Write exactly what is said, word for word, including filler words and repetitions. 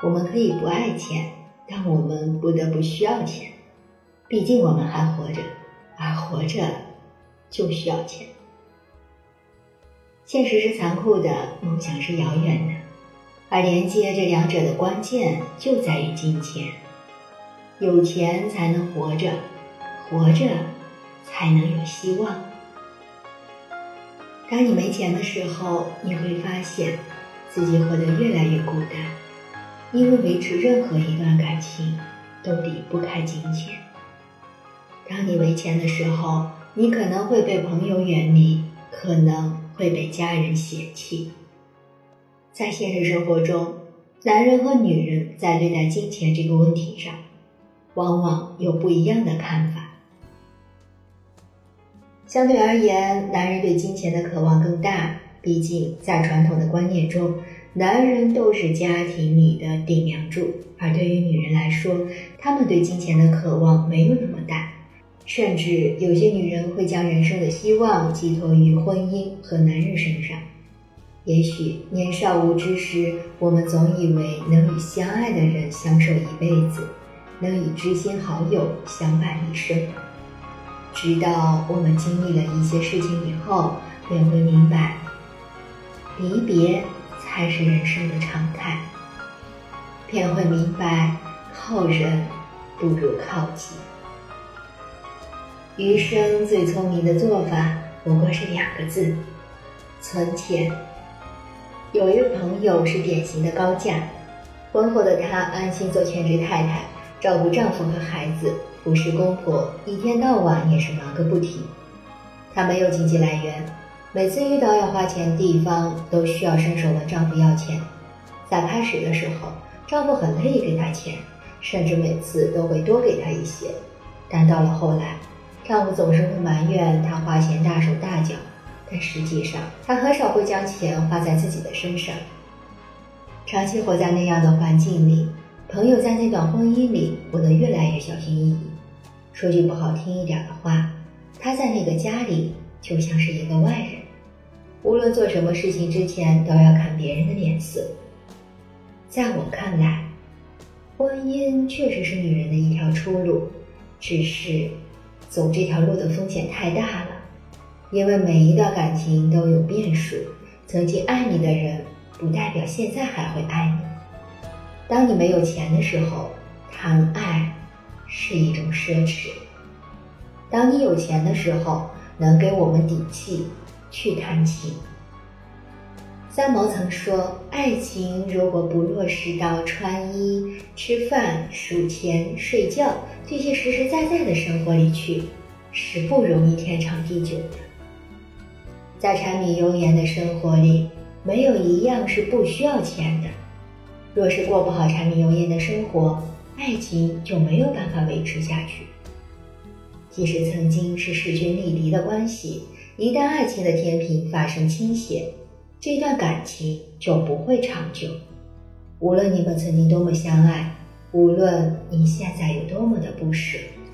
我们可以不爱钱，但我们不得不需要钱，毕竟我们还活着，而活着就需要钱。现实是残酷的，梦想是遥远的，而连接这两者的关键就在于金钱。有钱才能活着，活着才能有希望。当你没钱的时候，你会发现自己活得越来越孤单，因为维持任何一段感情都离不开金钱。当你没钱的时候，你可能会被朋友远离，可能会被家人嫌弃。在现实生活中，男人和女人在对待金钱这个问题上，往往有不一样的看法。相对而言，男人对金钱的渴望更大，毕竟在传统的观念中，男人都是家庭里的顶梁柱，而对于女人来说，她们对金钱的渴望没有那么大，甚至有些女人会将人生的希望寄托于婚姻和男人身上。也许年少无知时，我们总以为能与相爱的人相守一辈子，能与知心好友相伴一生。直到我们经历了一些事情以后，便会明白，离别才是人生的常态，便会明白靠人不如靠己。余生最聪明的做法不过是两个字：存钱。有一位朋友是典型的高价，婚后的她安心做全职太太，照顾丈夫和孩子，服侍公婆，一天到晚也是忙个不停。她没有经济来源，每次遇到要花钱的地方都需要伸手问丈夫要钱。在开始的时候，丈夫很乐意给她钱，甚至每次都会多给她一些。但到了后来，丈夫总是会埋怨她花钱大手大脚，但实际上他很少会将钱花在自己的身上。长期活在那样的环境里，朋友在那段婚姻里活得越来越小心翼翼。说句不好听一点的话，他在那个家里就像是一个外人，无论做什么事情之前都要看别人的脸色。在我看来，婚姻确实是女人的一条出路，只是走这条路的风险太大了。因为每一段感情都有变数，曾经爱你的人不代表现在还会爱你。当你没有钱的时候，谈爱是一种奢侈。当你有钱的时候，能给我们底气去谈情。三毛曾说，爱情如果不落实到穿衣、吃饭、数钱、睡觉这些实实在在的生活里去，是不容易天长地久的。在柴米油盐的生活里，没有一样是不需要钱的。若是过不好柴米油盐的生活，爱情就没有办法维持下去。即使曾经是势均力敌的关系，一旦爱情的天平发生倾斜，这段感情就不会长久。无论你们曾经多么相爱，无论你现在有多么的不舍，